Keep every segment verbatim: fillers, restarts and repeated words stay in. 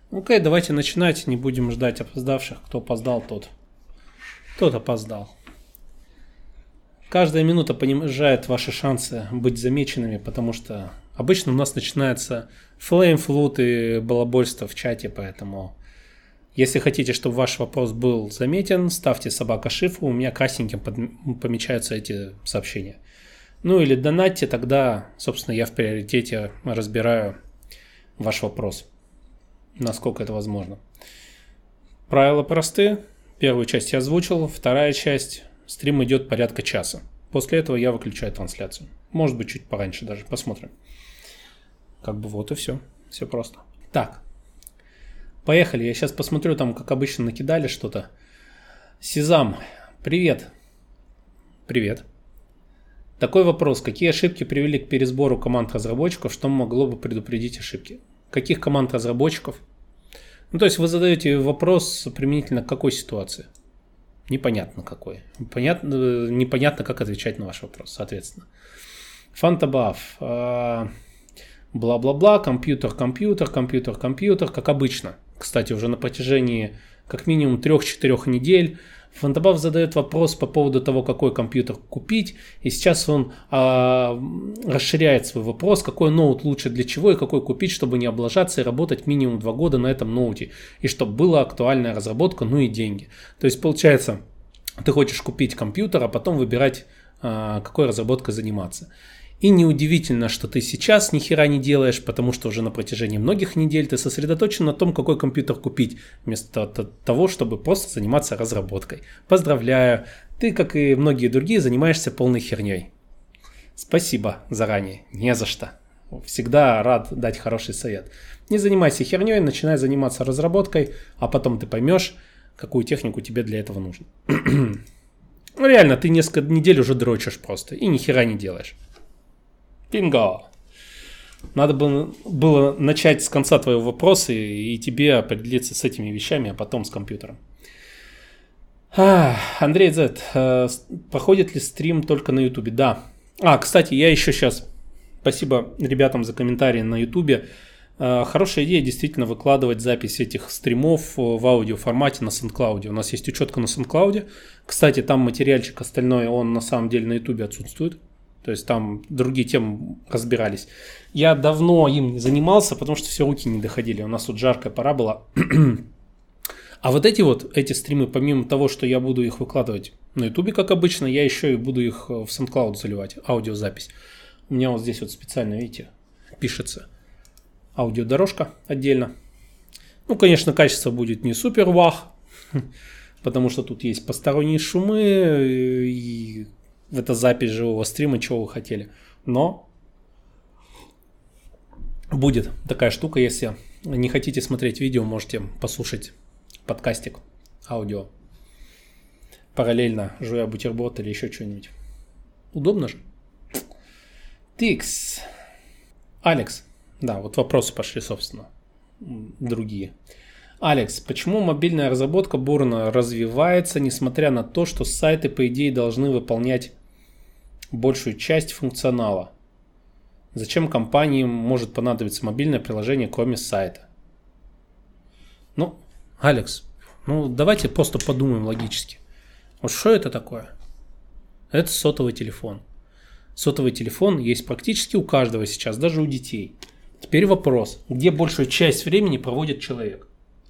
Окей, давайте начинать, не будем ждать опоздавших. Кто опоздал, тот. Тот опоздал. Каждая минута понижает ваши шансы быть замеченными, потому что обычно у нас начинается флейм, флут и балабольство в чате, поэтому если хотите, чтобы ваш вопрос был заметен, ставьте собака шифру, у меня красненьким помечаются эти сообщения. Ну или донатьте, тогда, собственно, я в приоритете разбираю ваш вопрос, насколько это возможно. Правила просты. Первую часть я озвучил, вторая часть, стрим идет порядка часа. После этого я выключаю трансляцию. Может быть, чуть пораньше даже, посмотрим. Как бы вот и все. Все просто. Так, поехали. Я сейчас посмотрю, там, как обычно, накидали что-то. Сезам, привет. Привет. Такой вопрос. Какие ошибки привели к пересбору команд разработчиков? Что могло бы предупредить ошибки? Каких команд разработчиков? Ну, то есть вы задаете вопрос применительно к какой ситуации? Непонятно какой. Понятно, непонятно, как отвечать на ваш вопрос, соответственно. Фантабаф. Бла-бла-бла. Компьютер, компьютер, компьютер, компьютер. Как обычно. Кстати, уже на протяжении как минимум трех-четырех недель Фантабаф задает вопрос по поводу того, какой компьютер купить, и сейчас он а, расширяет свой вопрос, какой ноут лучше для чего и какой купить, чтобы не облажаться и работать минимум два года на этом ноуте, и чтобы была актуальная разработка, ну и деньги. То есть получается, ты хочешь купить компьютер, а потом выбирать, а, какой разработкой заниматься. И неудивительно, что ты сейчас ни хера не делаешь, потому что уже на протяжении многих недель ты сосредоточен на том, какой компьютер купить, вместо того, чтобы просто заниматься разработкой. Поздравляю, ты, как и многие другие, занимаешься полной херней. Спасибо заранее, не за что. Всегда рад дать хороший совет. Не занимайся херней, начинай заниматься разработкой, а потом ты поймешь, какую технику тебе для этого нужно. Ну реально, ты несколько недель уже дрочишь просто и ни хера не делаешь. Бинго! Надо было, было начать с конца твоего вопроса и, и тебе определиться с этими вещами, а потом с компьютером. А, Андрей Зет, э, проходит ли стрим только на Ютубе? Да. А, кстати, я еще сейчас... Спасибо ребятам за комментарии на Ютубе. Э, хорошая идея действительно выкладывать запись этих стримов в аудиоформате на SoundCloud. У нас есть учетка на SoundCloud. Кстати, там материальчик остальной, он на самом деле на Ютубе отсутствует. То есть там другие темы разбирались. Я давно им не занимался, потому что все руки не доходили. У нас тут жаркая пора была. А вот эти вот, эти стримы, помимо того, что я буду их выкладывать на Ютубе, как обычно, я еще и буду их в SoundCloud заливать, аудиозапись. У меня вот здесь вот специально, видите, пишется аудиодорожка отдельно. Ну, конечно, качество будет не супер вах, потому что тут есть посторонние шумы и... Это запись живого стрима, чего вы хотели. Но будет такая штука, если не хотите смотреть видео, можете послушать подкастик, аудио. Параллельно жуя бутерброд или еще что-нибудь. Удобно же. Тикс. Алекс. Да, вот вопросы пошли, собственно, другие. Алекс, почему мобильная разработка бурно развивается, несмотря на то, что сайты, по идее, должны выполнять большую часть функционала? Зачем компаниям может понадобиться мобильное приложение, кроме сайта? Ну, Алекс, ну давайте просто подумаем логически. Вот что это такое? Это сотовый телефон. Сотовый телефон есть практически у каждого сейчас, даже у детей. Теперь вопрос, где большую часть времени проводит человек?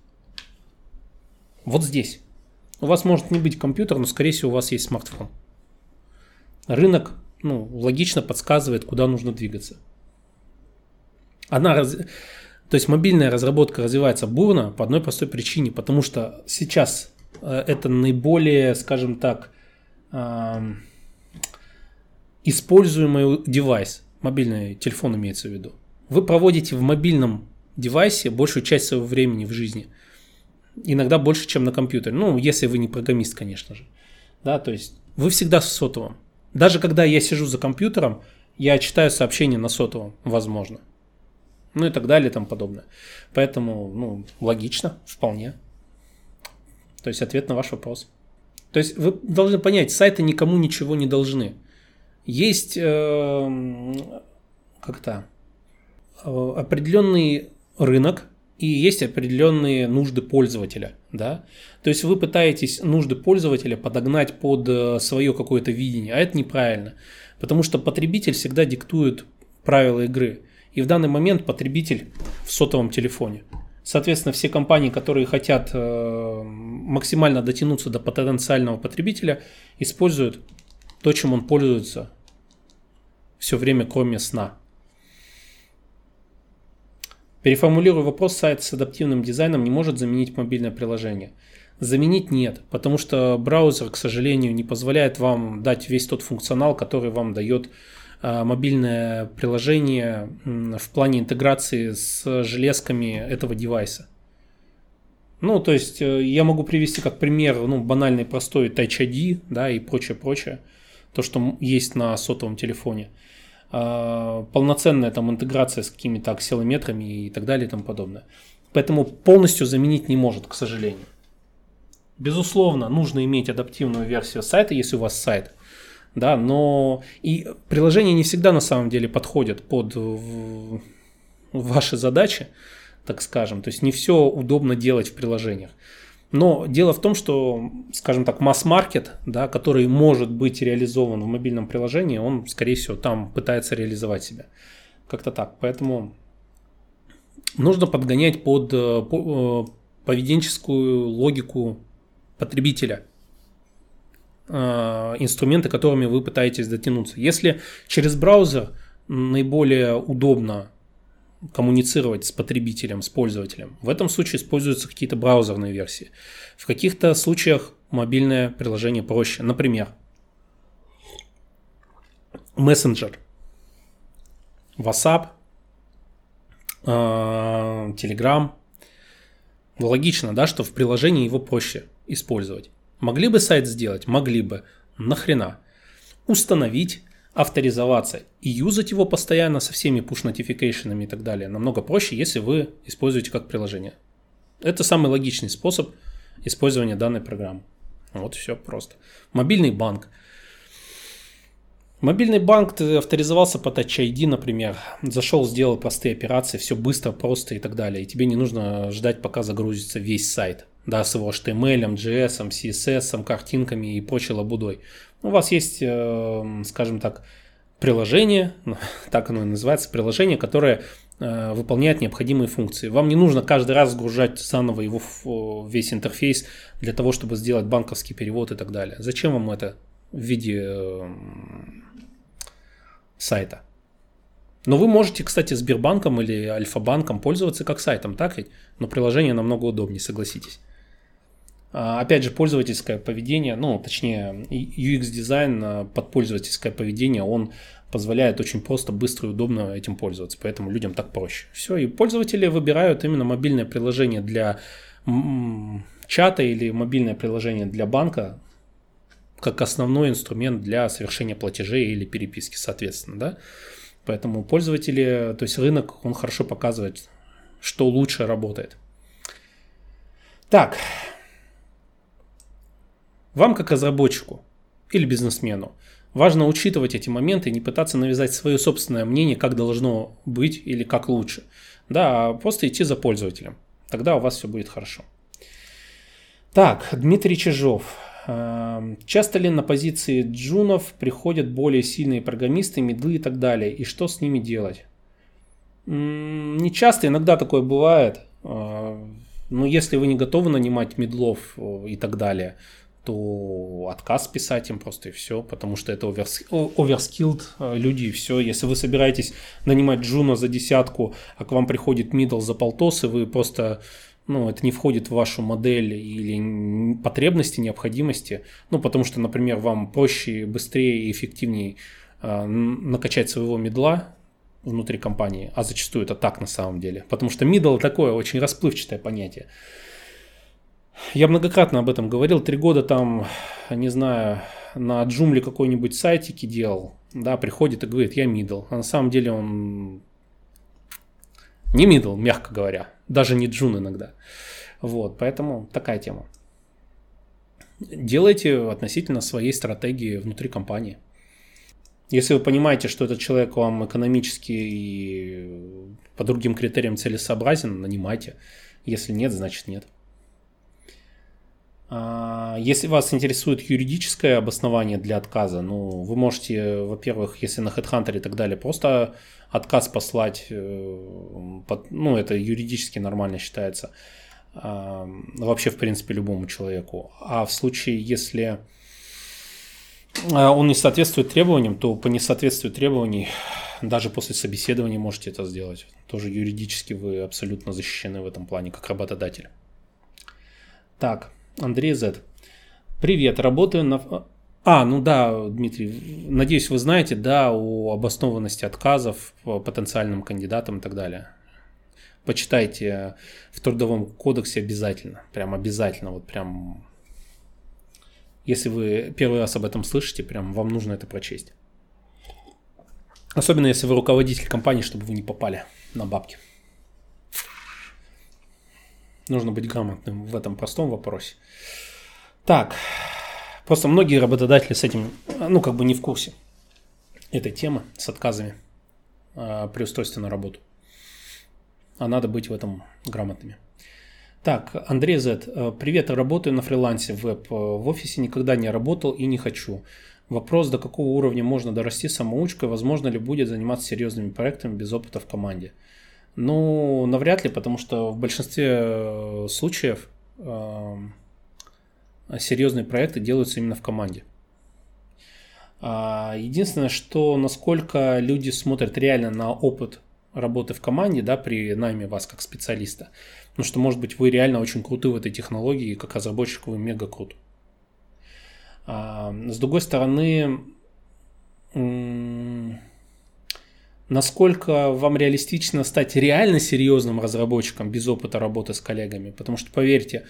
Вот здесь. У вас может не быть компьютер, но, скорее всего, у вас есть смартфон. Рынок, ну, логично подсказывает, куда нужно двигаться. Она раз... То есть мобильная разработка развивается бурно по одной простой причине, потому что сейчас э, это наиболее, скажем так, э, используемый девайс. Мобильный телефон имеется в виду. Вы проводите в мобильном девайсе большую часть своего времени в жизни. Иногда больше, чем на компьютере. Ну, если вы не программист, конечно же. Да, то есть вы всегда с сотовым. Даже когда я сижу за компьютером, я читаю сообщения на сотовом, возможно. Ну и так далее и тому подобное. Поэтому, ну, логично, вполне. То есть ответ на ваш вопрос. То есть вы должны понять, сайты никому ничего не должны. Есть э, как-то э, определенный рынок, и есть определенные нужды пользователя, да. То есть вы пытаетесь нужды пользователя подогнать под свое какое-то видение, а это неправильно, потому что потребитель всегда диктует правила игры, и в данный момент потребитель в сотовом телефоне. Соответственно, все компании, которые хотят максимально дотянуться до потенциального потребителя, используют то, чем он пользуется все время, кроме сна. Переформулирую вопрос: сайт с адаптивным дизайном не может заменить мобильное приложение? Заменить нет, потому что браузер, к сожалению, не позволяет вам дать весь тот функционал, который вам дает а, мобильное приложение м, в плане интеграции с железками этого девайса. Ну, то есть я могу привести как пример, ну, банальный, простой Touch ай ди, да, и прочее-прочее, то, что есть на сотовом телефоне. Полноценная там интеграция с какими-то акселометрами и так далее и тому подобное. Поэтому полностью заменить не может, к сожалению. Безусловно, нужно иметь адаптивную версию сайта, если у вас сайт, да, но и приложения не всегда на самом деле подходят под ваши задачи, так скажем. То есть не все удобно делать в приложениях. Но дело в том, что, скажем так, масс-маркет, да, который может быть реализован в мобильном приложении, он, скорее всего, там пытается реализовать себя. Как-то так. Поэтому нужно подгонять под поведенческую логику потребителя инструменты, которыми вы пытаетесь дотянуться. Если через браузер наиболее удобно коммуницировать с потребителем, с пользователем, в этом случае используются какие-то браузерные версии. В каких-то случаях мобильное приложение проще. Например, мессенджер, WhatsApp, Telegram. Логично, да, что в приложении его проще использовать. Могли бы сайт сделать? Могли бы. Нахрена? Установить, авторизоваться и юзать его постоянно со всеми push-нотификейшенами и так далее намного проще, если вы используете как приложение. Это самый логичный способ использования данной программы. Вот все просто. Мобильный банк. Мобильный банк, ты авторизовался по Touch ай ди, например, зашел, сделал простые операции, все быстро, просто и так далее. И тебе не нужно ждать, пока загрузится весь сайт, да, с его эйч ти эм эл, джей эс, си эс эс, картинками и прочей лабудой. У вас есть, скажем так, приложение, так оно и называется, приложение, которое выполняет необходимые функции. Вам не нужно каждый раз загружать заново его весь интерфейс для того, чтобы сделать банковский перевод и так далее. Зачем вам это в виде сайта? Но вы можете, кстати, Сбербанком или Альфа-банком пользоваться как сайтом, так ведь? Но приложение намного удобнее, согласитесь. Опять же, пользовательское поведение, ну, точнее, ю экс-дизайн под пользовательское поведение, он позволяет очень просто, быстро и удобно этим пользоваться, поэтому людям так проще. Все, и пользователи выбирают именно мобильное приложение для чата или мобильное приложение для банка как основной инструмент для совершения платежей или переписки, соответственно, да. Поэтому пользователи, то есть рынок, он хорошо показывает, что лучше работает. Так. Вам, как разработчику или бизнесмену, важно учитывать эти моменты и не пытаться навязать свое собственное мнение, как должно быть или как лучше. Да, а просто идти за пользователем. Тогда у вас все будет хорошо. Так, Дмитрий Чижов. Часто ли на позиции джунов приходят более сильные программисты, мидлы и так далее? И что с ними делать? Не часто, иногда такое бывает. Но если вы не готовы нанимать мидлов и так далее, то отказ писать им просто и все, потому что это overskilled люди и все. Если вы собираетесь нанимать джуна за десятку, а к вам приходит мидл за полтос, и вы просто, ну, это не входит в вашу модель или потребности, необходимости, ну, потому что, например, вам проще, быстрее и эффективнее э, накачать своего мидла внутри компании, а зачастую это так на самом деле, потому что мидл такое очень расплывчатое понятие. Я многократно об этом говорил, три года там, не знаю, на Joomla какой-нибудь сайтики делал, да, приходит и говорит, я мидл, а на самом деле он не мидл, мягко говоря, даже не джун иногда, вот, поэтому такая тема. Делайте относительно своей стратегии внутри компании. Если вы понимаете, что этот человек вам экономически и по другим критериям целесообразен, нанимайте. Если нет, значит нет. Если вас интересует юридическое обоснование для отказа, ну, вы можете, во-первых, если на HeadHunter и так далее, просто отказ послать, ну, это юридически нормально считается, вообще, в принципе, любому человеку. А в случае, если он не соответствует требованиям, то по несоответствию требований даже после собеседования можете это сделать. Тоже юридически вы абсолютно защищены в этом плане, как работодатель. Так. Андрей З. Привет, работаю на... А, ну да, Дмитрий, надеюсь, вы знаете, да, о обоснованности отказов по потенциальным кандидатам и так далее. Почитайте в Трудовом кодексе обязательно, прям обязательно, вот прям... Если вы первый раз об этом слышите, прям вам нужно это прочесть. Особенно, если вы руководитель компании, чтобы вы не попали на бабки. Нужно быть грамотным в этом простом вопросе. Так, просто многие работодатели с этим, ну, как бы не в курсе этой темы, с отказами э, при устройстве на работу. А надо быть в этом грамотными. Так, Андрей З. Привет, работаю на фрилансе в веб. В офисе никогда не работал и не хочу. Вопрос, до какого уровня можно дорасти самоучкой, возможно ли будет заниматься серьезными проектами без опыта в команде. Ну, навряд ли, потому что в большинстве случаев э, серьезные проекты делаются именно в команде. А единственное, что насколько люди смотрят реально на опыт работы в команде, да, при найме вас как специалиста. Потому что, может быть, вы реально очень круты в этой технологии, и как разработчик вы мега крут. А, с другой стороны, м- насколько вам реалистично стать реально серьезным разработчиком без опыта работы с коллегами. Потому что, поверьте,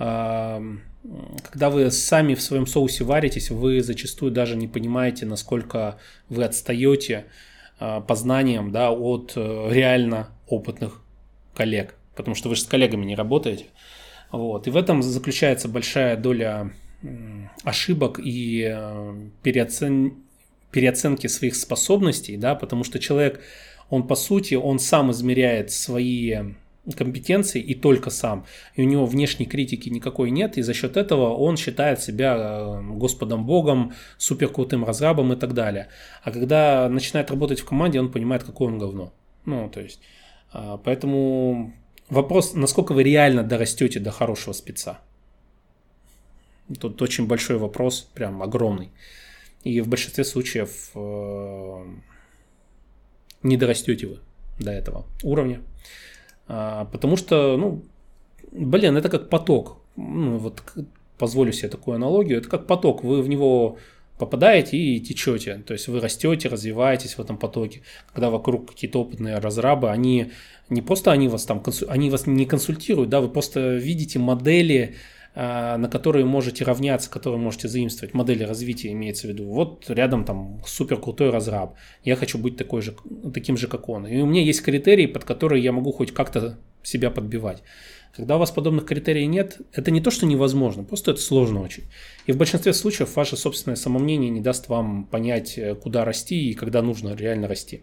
когда вы сами в своем соусе варитесь, вы зачастую даже не понимаете, насколько вы отстаете по знаниям, да, от реально опытных коллег. Потому что вы же с коллегами не работаете. Вот. И в этом заключается большая доля ошибок и переоценки. переоценки своих способностей, да, потому что человек, он по сути, он сам измеряет свои компетенции и только сам, и у него внешней критики никакой нет, и за счет этого он считает себя Господом Богом, суперкрутым разрабом и так далее. А когда начинает работать в команде, он понимает, какое он говно. Ну, то есть, поэтому вопрос, насколько вы реально дорастете до хорошего спеца. Тут очень большой вопрос, прям огромный. И в большинстве случаев э, не дорастете вы до этого уровня. А, потому что, ну, блин, это как поток. Ну, вот позволю себе такую аналогию. Это как поток. Вы в него попадаете и течете. То есть вы растете, развиваетесь в этом потоке. Когда вокруг какие-то опытные разрабы, они не просто они вас там, они вас не консультируют, да, вы просто видите модели, на которые можете равняться, которые можете заимствовать, модели развития имеется в виду. Вот рядом там супер крутой разраб, я хочу быть такой же, таким же, как он. И у меня есть критерии, под которые я могу хоть как-то себя подбивать. Когда у вас подобных критерий нет, это не то, что невозможно, просто это сложно очень. И в большинстве случаев ваше собственное самомнение не даст вам понять, куда расти и когда нужно реально расти.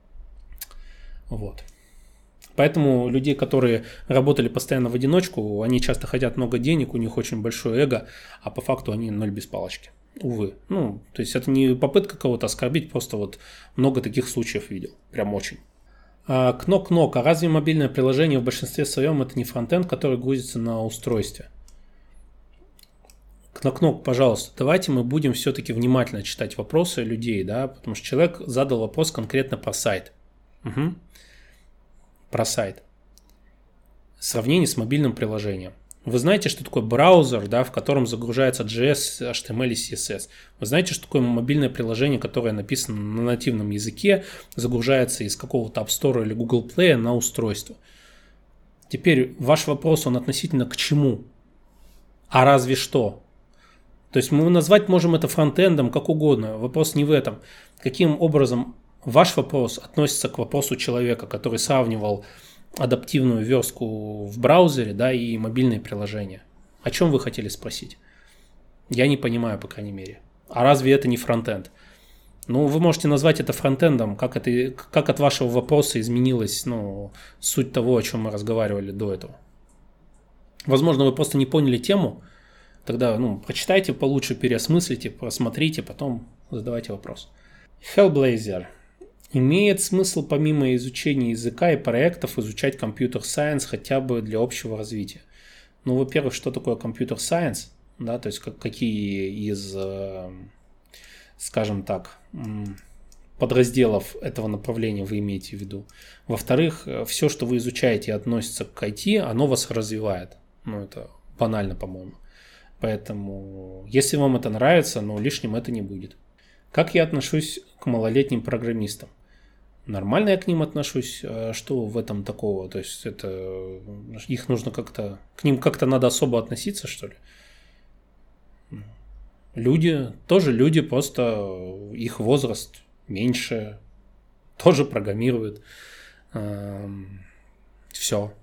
Вот. Поэтому людей, которые работали постоянно в одиночку, они часто хотят много денег, у них очень большое эго, а по факту они ноль без палочки. Увы. Ну, то есть это не попытка кого-то оскорбить, просто вот много таких случаев видел. Прям очень. А, Кнок-Кнок. А разве мобильное приложение в большинстве своем это не фронтенд, который грузится на устройстве? Кнок-Кнок, пожалуйста, давайте мы будем все-таки внимательно читать вопросы людей, да, потому что человек задал вопрос конкретно про сайт. Угу. Про сайт. Сравнение с мобильным приложением. Вы знаете, что такое браузер, да, в котором загружается джей эс, эйч ти эм эль и си эс эс. Вы знаете, что такое мобильное приложение, которое написано на нативном языке, загружается из какого-то App Store или Google Play на устройство. Теперь ваш вопрос, он относительно к чему? А разве что? То есть мы назвать можем это фронтендом, как угодно. Вопрос не в этом. Каким образом ваш вопрос относится к вопросу человека, который сравнивал адаптивную верстку в браузере, да, и мобильные приложения? О чем вы хотели спросить? Я не понимаю, по крайней мере. А разве это не фронтенд? Ну, вы можете назвать это фронтендом, как, это, как от вашего вопроса изменилась, ну, суть того, о чем мы разговаривали до этого. Возможно, вы просто не поняли тему, тогда, ну, прочитайте получше, переосмыслите, просмотрите, потом задавайте вопрос. Hellblazer. Имеет смысл помимо изучения языка и проектов изучать компьютер-сайенс хотя бы для общего развития? Ну, во-первых, что такое компьютер-сайенс? Да, то есть как, какие из, скажем так, подразделов этого направления вы имеете в виду. Во-вторых, все, что вы изучаете и относится к ай ти, оно вас развивает. Ну, это банально, по-моему. Поэтому, если вам это нравится, но лишним это не будет. Как я отношусь к малолетним программистам? Нормально я к ним отношусь. Что в этом такого? То есть это их нужно как-то, к ним как-то надо особо относиться, что ли? Люди, тоже люди, просто их возраст меньше, тоже программируют. Все.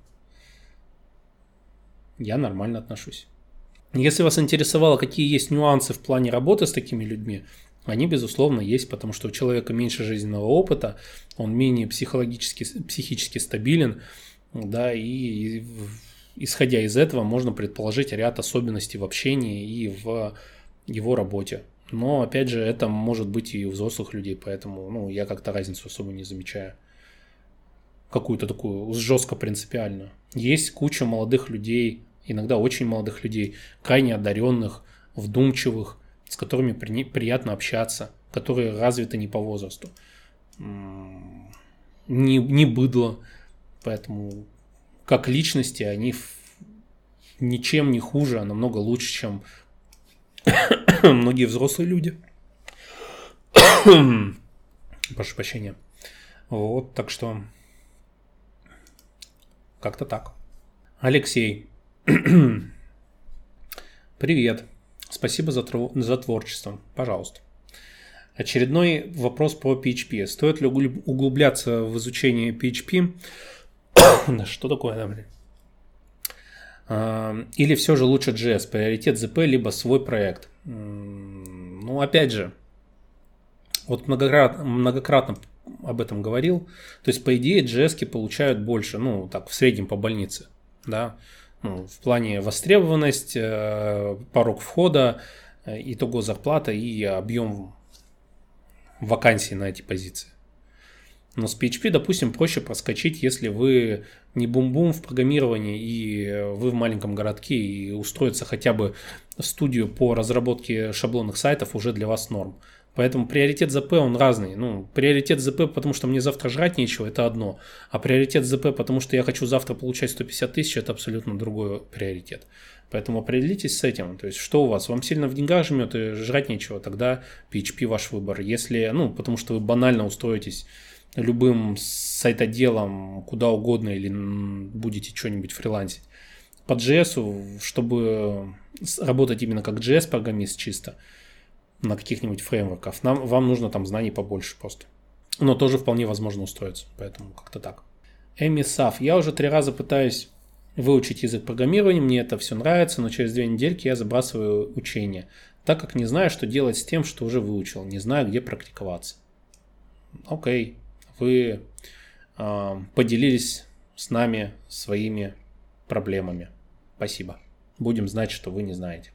Я нормально отношусь. Если вас интересовало, какие есть нюансы в плане работы с такими людьми, они, безусловно, есть, потому что у человека меньше жизненного опыта, он менее психологически, психически стабилен, да, и, и исходя из этого можно предположить ряд особенностей в общении и в его работе. Но, опять же, это может быть и у взрослых людей, поэтому ну, я как-то разницу особо не замечаю. Какую-то такую жестко принципиальную. Есть куча молодых людей, иногда очень молодых людей, крайне одаренных, вдумчивых, с которыми при, приятно общаться, которые развиты не по возрасту. Не, не быдло, поэтому как личности они ничем не хуже, а намного лучше, чем многие взрослые люди. Прошу прощения. Вот, так что как-то так. Алексей. Привет. Спасибо за, тр... за творчество. Пожалуйста. Очередной вопрос про пи эйч пи. Стоит ли углубляться в изучение пи эйч пи? Да что такое, блин? Или все же лучше джей эс, приоритет зэ пэ, либо свой проект? Ну, опять же, вот многократно, многократно об этом говорил. То есть, по идее, джей эс-ки получают больше, ну, так, в среднем по больнице, да, ну, в плане востребованность, порог входа, итого зарплата и объем вакансий на эти позиции. Но с пи эйч пи, допустим, проще проскочить, если вы не бум-бум в программировании и вы в маленьком городке, и устроиться хотя бы в студию по разработке шаблонных сайтов уже для вас норм. Поэтому приоритет зэ пэ он разный. Ну, приоритет зэ пэ, потому что мне завтра жрать нечего, это одно. А приоритет зэ пэ, потому что я хочу завтра получать сто пятьдесят тысяч, это абсолютно другой приоритет. Поэтому определитесь с этим. То есть, что у вас? Вам сильно в деньгах жмет и жрать нечего, тогда пи эйч пи ваш выбор. Если, ну, потому что вы банально устроитесь любым сайтоделом куда угодно или будете что-нибудь фрилансить. По джей эс, чтобы работать именно как джей эс-программист чисто, на каких-нибудь фреймворках, нам, вам нужно там знаний побольше просто. Но тоже вполне возможно устроиться, поэтому как-то так. Эми Саф. Я уже три раза пытаюсь выучить язык программирования, мне это все нравится, но через две недельки я забрасываю учение, так как не знаю, что делать с тем, что уже выучил, не знаю, где практиковаться. Окей, вы э, поделились с нами своими проблемами. Спасибо. Будем знать, что вы не знаете.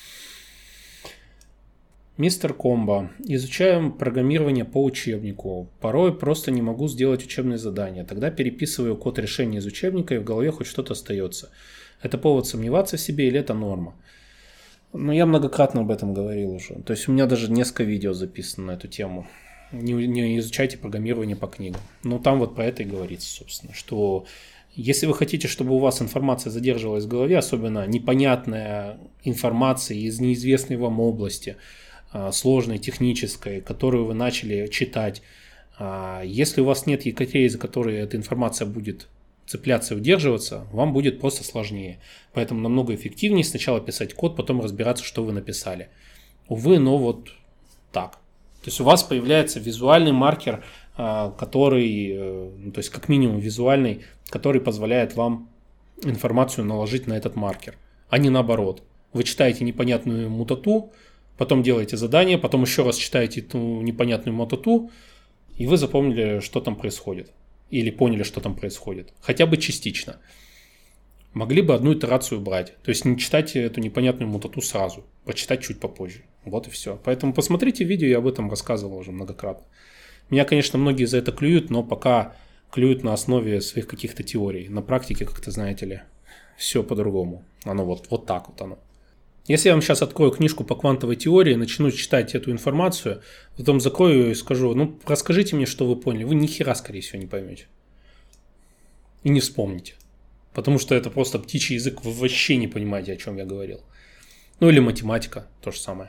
Мистер Комбо. Изучаем программирование по учебнику. Порой просто не могу сделать учебные задания. Тогда переписываю код решения из учебника, и в голове хоть что-то остается. Это повод сомневаться в себе или это норма? Ну, я многократно об этом говорил уже. То есть у меня даже несколько видео записано на эту тему. Не, не изучайте программирование по книгам. Но там вот про это и говорится, собственно, что если вы хотите, чтобы у вас информация задерживалась в голове, особенно непонятная информация из неизвестной вам области, сложной, технической, которую вы начали читать. Если у вас нет якорей, за которые эта информация будет цепляться и удерживаться, вам будет просто сложнее. Поэтому намного эффективнее сначала писать код, потом разбираться, что вы написали. Увы, но вот так. То есть у вас появляется визуальный маркер, который, то есть как минимум визуальный, который позволяет вам информацию наложить на этот маркер, а не наоборот. Вы читаете непонятную мутату, потом делаете задание, потом еще раз читаете эту непонятную мототу, и вы запомнили, что там происходит. Или поняли, что там происходит. Хотя бы частично. Могли бы одну итерацию брать. То есть не читать эту непонятную мототу сразу. Прочитать чуть попозже. Вот и все. Поэтому посмотрите видео, я об этом рассказывал уже многократно. Меня, конечно, многие за это клюют, но пока клюют на основе своих каких-то теорий. На практике, как-то, знаете ли, все по-другому. Оно вот, вот так вот оно. Если я вам сейчас открою книжку по квантовой теории, начну читать эту информацию, потом закрою ее и скажу, ну, расскажите мне, что вы поняли. Вы ни хера, скорее всего, не поймете. И не вспомните. Потому что это просто птичий язык, вы вообще не понимаете, о чем я говорил. Ну, или математика, то же самое.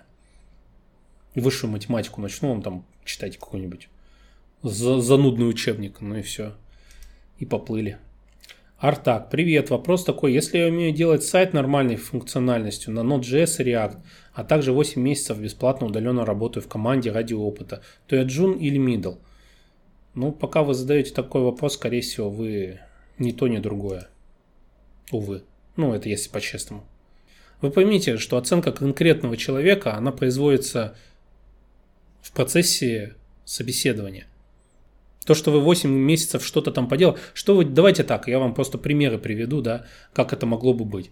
И высшую математику начну вам там читать какой-нибудь занудный учебник, ну и все. И поплыли. Артак, привет. Вопрос такой. Если я умею делать сайт нормальной функциональностью на Node.js и React, а также восемь месяцев бесплатно удаленно работаю в команде ради опыта, то я джун или middle? Ну, пока вы задаете такой вопрос, скорее всего, вы ни то, ни другое. Увы. Ну, это если по-честному. Вы поймите, что оценка конкретного человека, она производится в процессе собеседования. То, что вы восемь месяцев что-то там поделали, что вы, давайте так, я вам просто примеры приведу, да, как это могло бы быть.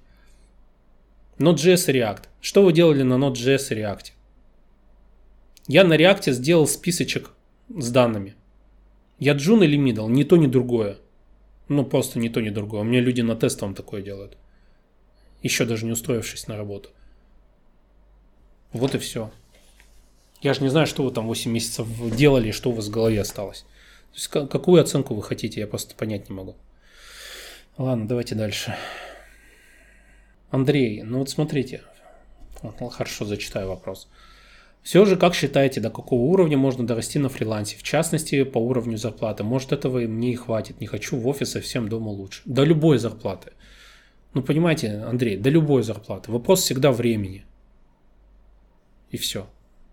Node.js и React. Что вы делали на Node.js и React? Я на React сделал списочек с данными. Я джун или middle? Ни то, ни другое. Ну, просто ни то, ни другое. У меня люди на тестовом такое делают. Еще даже не устроившись на работу. Вот и все. Я же не знаю, что вы там восемь месяцев делали и что у вас в голове осталось. То есть, какую оценку вы хотите, я просто понять не могу. Ладно, давайте дальше. Андрей, ну вот смотрите. Хорошо, зачитаю вопрос. Все же, как считаете, до какого уровня можно дорасти на фрилансе? В частности, по уровню зарплаты. Может, этого мне и хватит. Не хочу в офис, совсем дома лучше. До любой зарплаты. Ну, понимаете, Андрей, до любой зарплаты. Вопрос всегда времени. И все.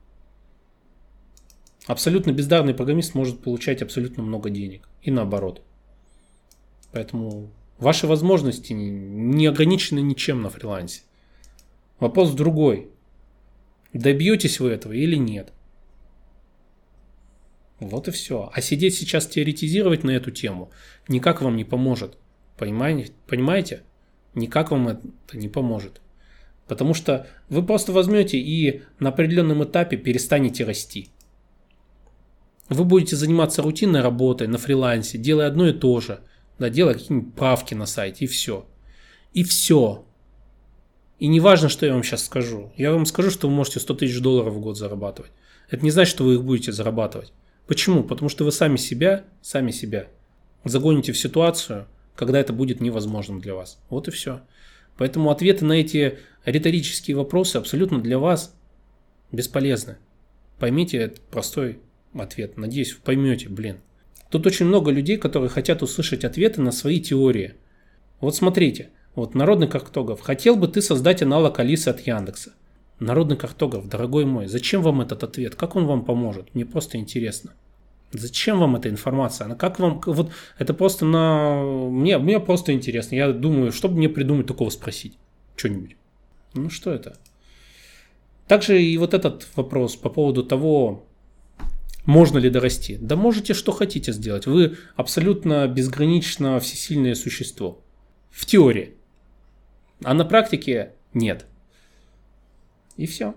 Абсолютно бездарный программист может получать абсолютно много денег. И наоборот. Поэтому ваши возможности не ограничены ничем на фрилансе. Вопрос другой. Добьетесь вы этого или нет? Вот и все. А сидеть сейчас теоретизировать на эту тему никак вам не поможет. Понимаете? Понимаете? Никак вам это не поможет. Потому что вы просто возьмете и на определенном этапе перестанете расти. Вы будете заниматься рутинной работой на фрилансе, делая одно и то же, да, делая какие-нибудь правки на сайте, и все. И все. И не важно, что я вам сейчас скажу. Я вам скажу, что вы можете сто тысяч долларов в год зарабатывать. Это не значит, что вы их будете зарабатывать. Почему? Потому что вы сами себя, сами себя загоните в ситуацию, когда это будет невозможным для вас. Вот и все. Поэтому ответы на эти риторические вопросы абсолютно для вас бесполезны. Поймите этот простой ответ. Надеюсь, вы поймете, блин. Тут очень много людей, которые хотят услышать ответы на свои теории. Вот смотрите. Вот народный картограф. Хотел бы ты создать аналог Алисы от Яндекса? Народный картограф, дорогой мой, зачем вам этот ответ? Как он вам поможет? Мне просто интересно. Зачем вам эта информация? Она как вам... Вот это просто на... Мне, мне просто интересно. Я думаю, что бы мне придумать такого спросить? Что-нибудь. Ну что это? Также и вот этот вопрос по поводу того, можно ли дорасти. Да можете что хотите сделать. Вы абсолютно безгранично всесильное существо. В теории. А на практике нет. И все.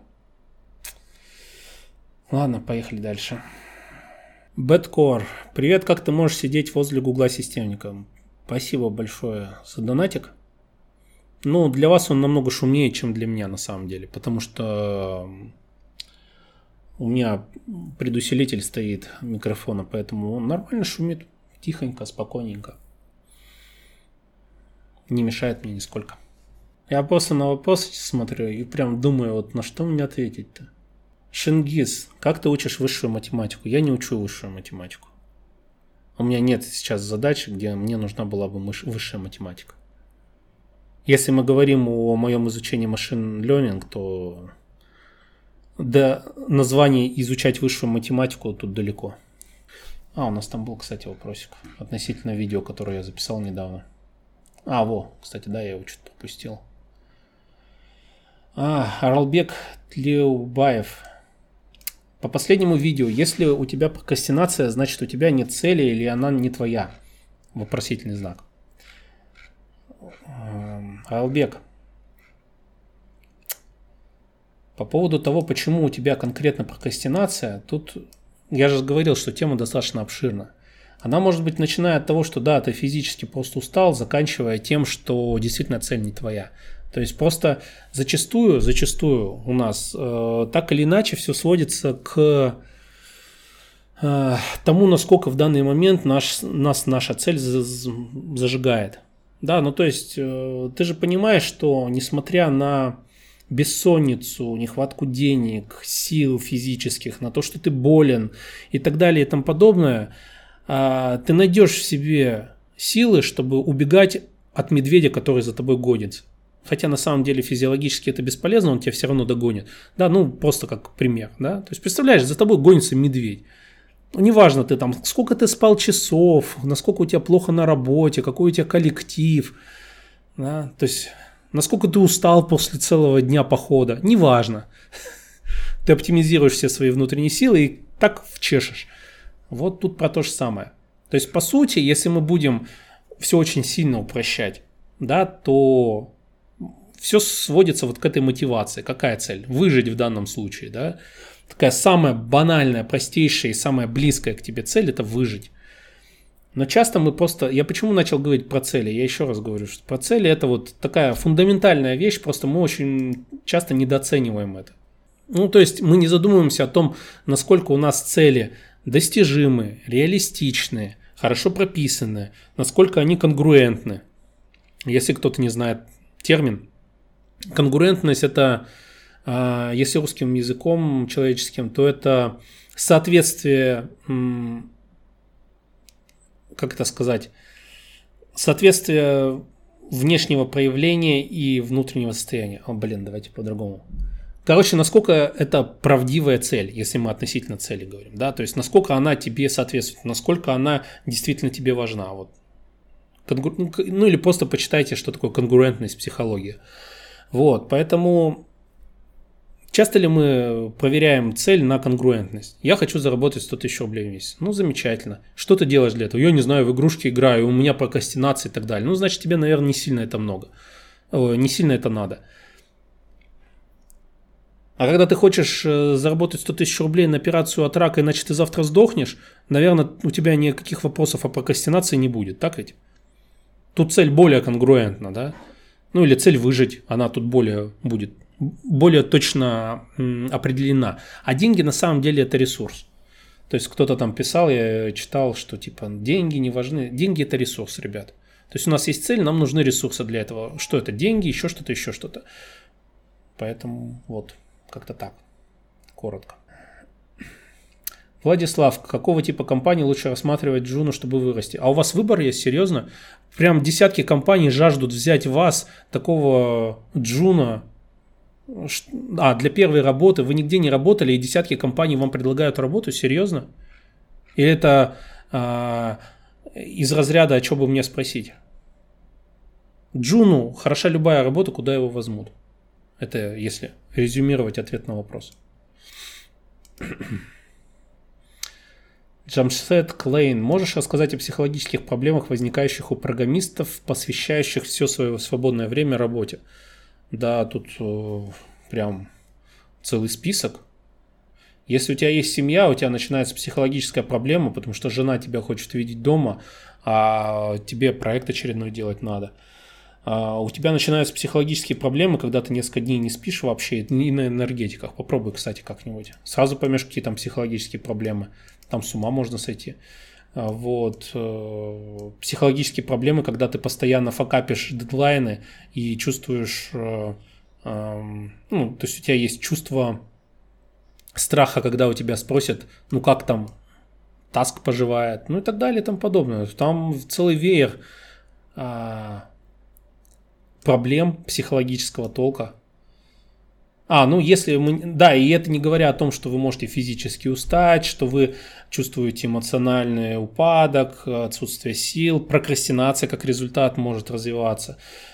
Ладно, поехали дальше. Бэткор. Привет, как ты можешь сидеть возле гугла системника? Спасибо большое за донатик. Ну, для вас он намного шумнее, чем для меня на самом деле. Потому что у меня предусилитель стоит микрофона, поэтому он нормально шумит. Тихонько, спокойненько. Не мешает мне нисколько. Я просто на вопрос смотрю и прям думаю, вот на что мне ответить-то. Шингиз, как ты учишь высшую математику? Я не учу высшую математику. У меня нет сейчас задачи, где мне нужна была бы высшая математика. Если мы говорим о моем изучении машин learning, то до названия изучать высшую математику тут далеко. А, у нас там был, кстати, вопросик относительно видео, которое я записал недавно. А, во, кстати, да, я его что-то пропустил. А, Аралбек Тлеубаев. По последнему видео, если у тебя прокрастинация, значит у тебя нет цели или она не твоя? Вопросительный знак. Аралбек. По поводу того, почему у тебя конкретно прокрастинация, тут я же говорил, что тема достаточно обширна. Она может быть начиная от того, что да, ты физически просто устал, заканчивая тем, что действительно цель не твоя. То есть просто зачастую, зачастую у нас э, так или иначе все сводится к э, тому, насколько в данный момент наш, нас наша цель зажигает. Да, ну то есть э, ты же понимаешь, что несмотря на бессонницу, нехватку денег, сил физических, на то, что ты болен и так далее и тому подобное, э, ты найдешь в себе силы, чтобы убегать от медведя, который за тобой гонится. Хотя на самом деле физиологически это бесполезно, он тебя все равно догонит. Да, ну просто как пример. Да? То есть представляешь, за тобой гонится медведь. Ну, неважно, ты там, сколько ты спал часов, насколько у тебя плохо на работе, какой у тебя коллектив. Да? То есть насколько ты устал после целого дня похода. Неважно. Ты оптимизируешь все свои внутренние силы и так вчешешь. Вот тут про то же самое. То есть по сути, если мы будем все очень сильно упрощать, да, то... Все сводится вот к этой мотивации. Какая цель? Выжить в данном случае. Да? Такая самая банальная, простейшая и самая близкая к тебе цель – это выжить. Но часто мы просто... Я почему начал говорить про цели? Я еще раз говорю, что про цели – это вот такая фундаментальная вещь, просто мы очень часто недооцениваем это. Ну, то есть мы не задумываемся о том, насколько у нас цели достижимы, реалистичны, хорошо прописаны, насколько они конгруентны. Если кто-то не знает термин, конгруентность – это, если русским языком человеческим, то это соответствие, как это сказать, соответствие внешнего проявления и внутреннего состояния. О, блин, давайте по-другому. Короче, насколько это правдивая цель, если мы относительно цели говорим, да, то есть насколько она тебе соответствует, насколько она действительно тебе важна, вот. Ну или просто почитайте, что такое конгруентность, психология. Вот, поэтому часто ли мы проверяем цель на конгруентность? Я хочу заработать сто тысяч рублей в месяц. Ну, замечательно. Что ты делаешь для этого? Я не знаю, в игрушки играю, у меня прокрастинация и так далее. Ну, значит, тебе, наверное, не сильно это много. О, не сильно это надо. А когда ты хочешь заработать сто тысяч рублей на операцию от рака, иначе ты завтра сдохнешь, наверное, у тебя никаких вопросов о прокрастинации не будет, так ведь? Тут цель более конгруентна, да? Ну или цель выжить, она тут более будет, более точно м, определена. А деньги на самом деле это ресурс. То есть кто-то там писал, я читал, что типа деньги не важны. Деньги это ресурс, ребят. То есть у нас есть цель, нам нужны ресурсы для этого. Что это? Деньги, еще что-то, еще что-то. Поэтому вот, как-то так, коротко. Владислав, какого типа компании лучше рассматривать Джуну, чтобы вырасти? А у вас выбор есть, серьезно? Прям десятки компаний жаждут взять вас, такого Джуна, а, для первой работы. Вы нигде не работали, и десятки компаний вам предлагают работу, серьезно? Или это а, из разряда, а что бы мне спросить? Джуну хороша любая работа, куда его возьмут. Это если резюмировать ответ на вопрос. Джамшед Клейн, можешь рассказать о психологических проблемах, возникающих у программистов, посвящающих все свое свободное время работе? Да, тут э, прям целый список. Если у тебя есть семья, у тебя начинается психологическая проблема, потому что жена тебя хочет видеть дома, а тебе проект очередной делать надо. А у тебя начинаются психологические проблемы, когда ты несколько дней не спишь вообще, и на энергетиках. Попробуй, кстати, как-нибудь. Сразу поймешь, какие там психологические проблемы. Там с ума можно сойти. Вот. Психологические проблемы, когда ты постоянно факапишь дедлайны и чувствуешь, ну, то есть у тебя есть чувство страха, когда у тебя спросят, ну как там, таск поживает, ну и так далее и тому подобное. Там целый веер проблем психологического толка. А, ну если мы... Да, и это не говоря о том, что вы можете физически устать, что вы чувствуете эмоциональный упадок, отсутствие сил, прокрастинация как результат может развиваться.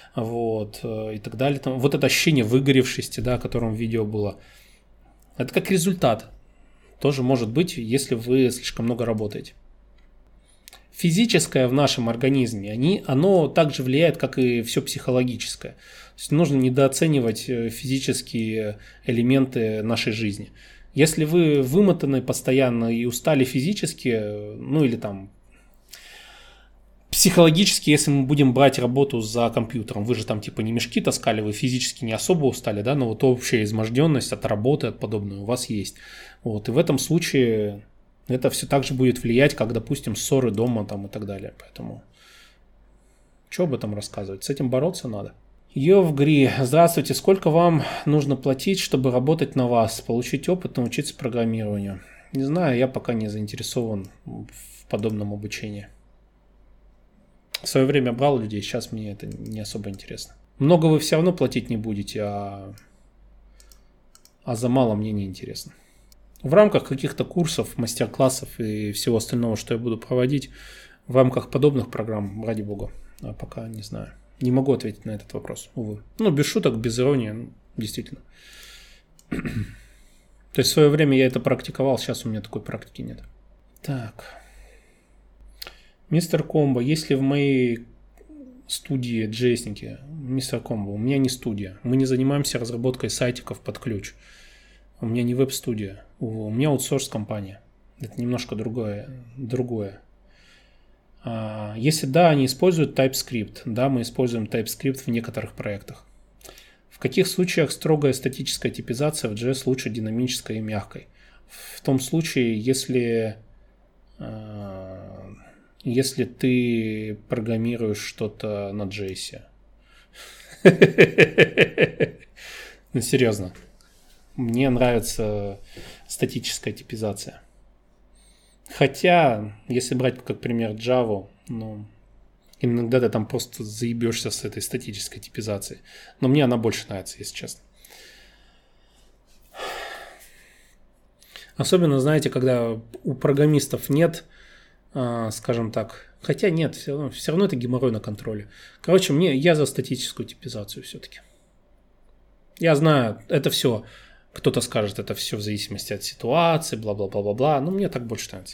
вот, и так далее. Там, вот это ощущение выгоревшести, да, о котором в видео было, это как результат. Тоже может быть, если вы слишком много работаете. Физическое в нашем организме, они, оно также влияет, как и все психологическое. То есть нужно недооценивать физические элементы нашей жизни. Если вы вымотаны постоянно и устали физически, ну или там психологически, если мы будем брать работу за компьютером, вы же там типа не мешки таскали, вы физически не особо устали, да, но вот общая изможденность от работы, от подобного у вас есть. Вот, и в этом случае это все так же будет влиять, как, допустим, ссоры дома там и так далее. Поэтому что об этом рассказывать? С этим бороться надо. Йовгри, здравствуйте. Сколько вам нужно платить, чтобы работать на вас, получить опыт, научиться программированию? Не знаю, я пока не заинтересован в подобном обучении. В свое время брал людей, сейчас мне это не особо интересно. Много вы все равно платить не будете, а, а за мало мне не интересно. В рамках каких-то курсов, мастер-классов и всего остального, что я буду проводить, в рамках подобных программ, ради бога, а пока не знаю. Не могу ответить на этот вопрос, увы. Ну, без шуток, без иронии, ну, действительно. То есть в свое время я это практиковал, сейчас у меня такой практики нет. Так. Мистер Комбо, если в моей студии джейсники, мистер Комбо, у меня не студия, мы не занимаемся разработкой сайтиков под ключ. У меня не веб-студия, у меня аутсорс-компания. Это немножко другое. другое. А, если да, они используют TypeScript. Да, мы используем TypeScript в некоторых проектах. В каких случаях строгая статическая типизация в джей эс лучше динамической и мягкой? В том случае, если, если ты программируешь что-то на джей эс. Ну, серьезно. Мне нравится статическая типизация. Хотя, если брать как пример Java, ну, иногда ты там просто заебешься с этой статической типизацией. Но мне она больше нравится, если честно. Особенно, знаете, когда у программистов нет, скажем так, хотя нет, все равно, все равно это геморрой на контроле. Короче, мне, я за статическую типизацию все-таки. Я знаю, это все... Кто-то скажет, это все в зависимости от ситуации, бла-бла-бла-бла-бла. Но мне так больше нравится.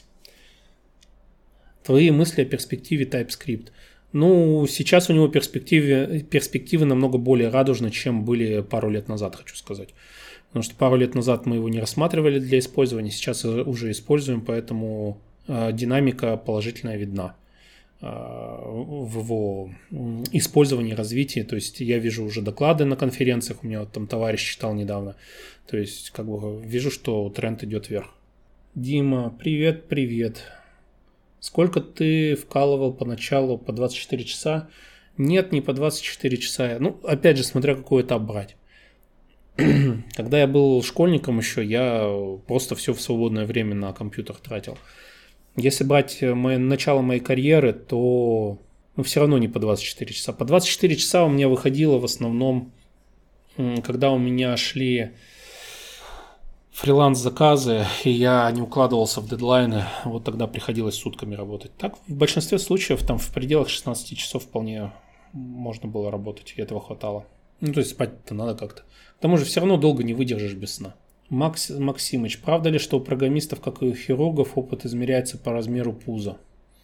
Твои мысли о перспективе TypeScript. Ну, сейчас у него перспективы, перспективы намного более радужны, чем были пару лет назад, хочу сказать. Потому что пару лет назад мы его не рассматривали для использования, сейчас уже используем, поэтому э, динамика положительная видна в его использовании, развитии. То есть я вижу уже доклады на конференциях, у меня вот там товарищ читал недавно. То есть как бы вижу, что тренд идет вверх. Дима, привет, привет. Сколько ты вкалывал поначалу? По двадцать четыре часа? Нет, не по двадцать четыре часа. Ну, опять же, смотря какой этап брать. Когда я был школьником еще, я просто все в свободное время на компьютер тратил. Если брать мое, начало моей карьеры, то ну, все равно не по двадцать четыре часа. По двадцать четыре часа у меня выходило в основном, когда у меня шли фриланс-заказы, и я не укладывался в дедлайны, вот тогда приходилось сутками работать. Так, в большинстве случаев там в пределах шестнадцати часов вполне можно было работать, и этого хватало. Ну, то есть спать-то надо как-то. К тому же все равно долго не выдержишь без сна. Макс, Максимыч, правда ли, что у программистов, как и у хирургов, опыт измеряется по размеру пуза?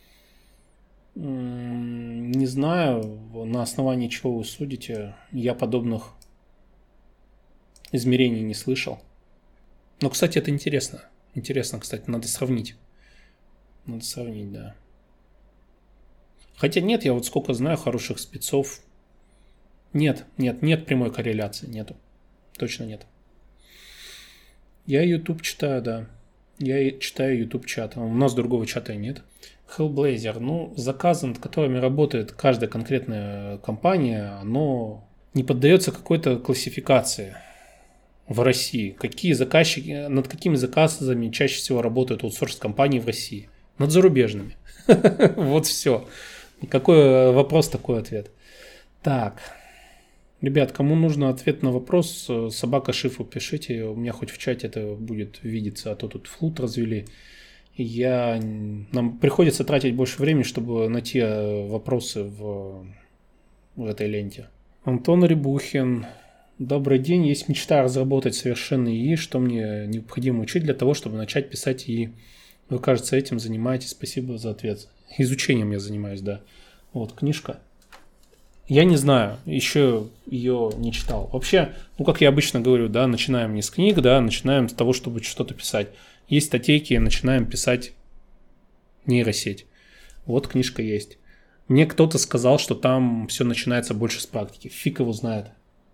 Не знаю, на основании чего вы судите. Я подобных измерений не слышал. Но, кстати, это интересно. Интересно, кстати, надо сравнить. Надо сравнить, да. Хотя нет, я вот сколько знаю хороших спецов. Нет, нет, нет прямой корреляции, нету. Точно нет. Я YouTube читаю, да. Я читаю YouTube чат. У нас другого чата и нет. Hellblazer. Ну, заказы, над которыми работает каждая конкретная компания, оно не поддается какой-то классификации в России. Какие заказчики, над какими заказами чаще всего работают аутсорс-компании в России? Над зарубежными. Вот все. Какой вопрос, такой ответ. Так. Ребят, кому нужно ответ на вопрос, собака шифу пишите, у меня хоть в чате это будет видеться, а то тут флут развели. Я... Нам приходится тратить больше времени, чтобы найти вопросы в, в этой ленте. Антон Рябухин. Добрый день. Есть мечта разработать совершенный ИИ. Что мне необходимо учить для того, чтобы начать писать ИИ? Вы, кажется, этим занимаетесь. Спасибо за ответ. Изучением я занимаюсь, да. Вот, книжка. Я не знаю, еще ее не читал. Вообще, ну, как я обычно говорю, да, начинаем не с книг, да, начинаем с того, чтобы что-то писать. Есть статейки, начинаем писать нейросеть. Вот книжка есть. Мне кто-то сказал, что там все начинается больше с практики. Фиг его знает.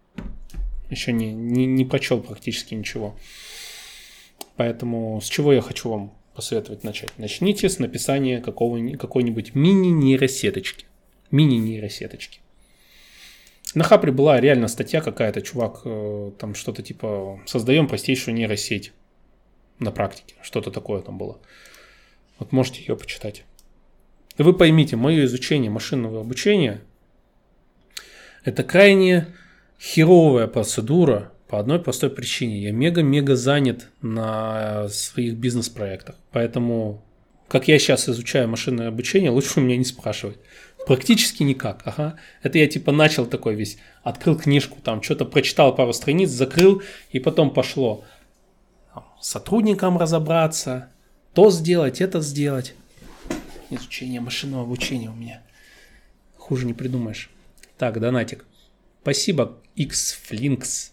Еще не, не, не прочел практически ничего. Поэтому с чего я хочу вам посоветовать начать? Начните с написания какого, какой-нибудь мини-нейросеточки. Мини-нейросеточки. На Хабре была реально статья какая-то, чувак, там что-то типа «Создаем простейшую нейросеть» на практике. Что-то такое там было. Вот можете ее почитать. И вы поймите, мое изучение машинного обучения – это крайне херовая процедура по одной простой причине. Я мега-мега занят на своих бизнес-проектах. Поэтому, как я сейчас изучаю машинное обучение, лучше у меня не спрашивать. Практически никак. Ага. Это я типа начал такой весь, открыл книжку, там что-то прочитал пару страниц, закрыл, и потом пошло с сотрудникам разобраться, то сделать, это сделать. Изучение машинного обучения у меня. Хуже не придумаешь. Так, донатик. Спасибо, Xflinks.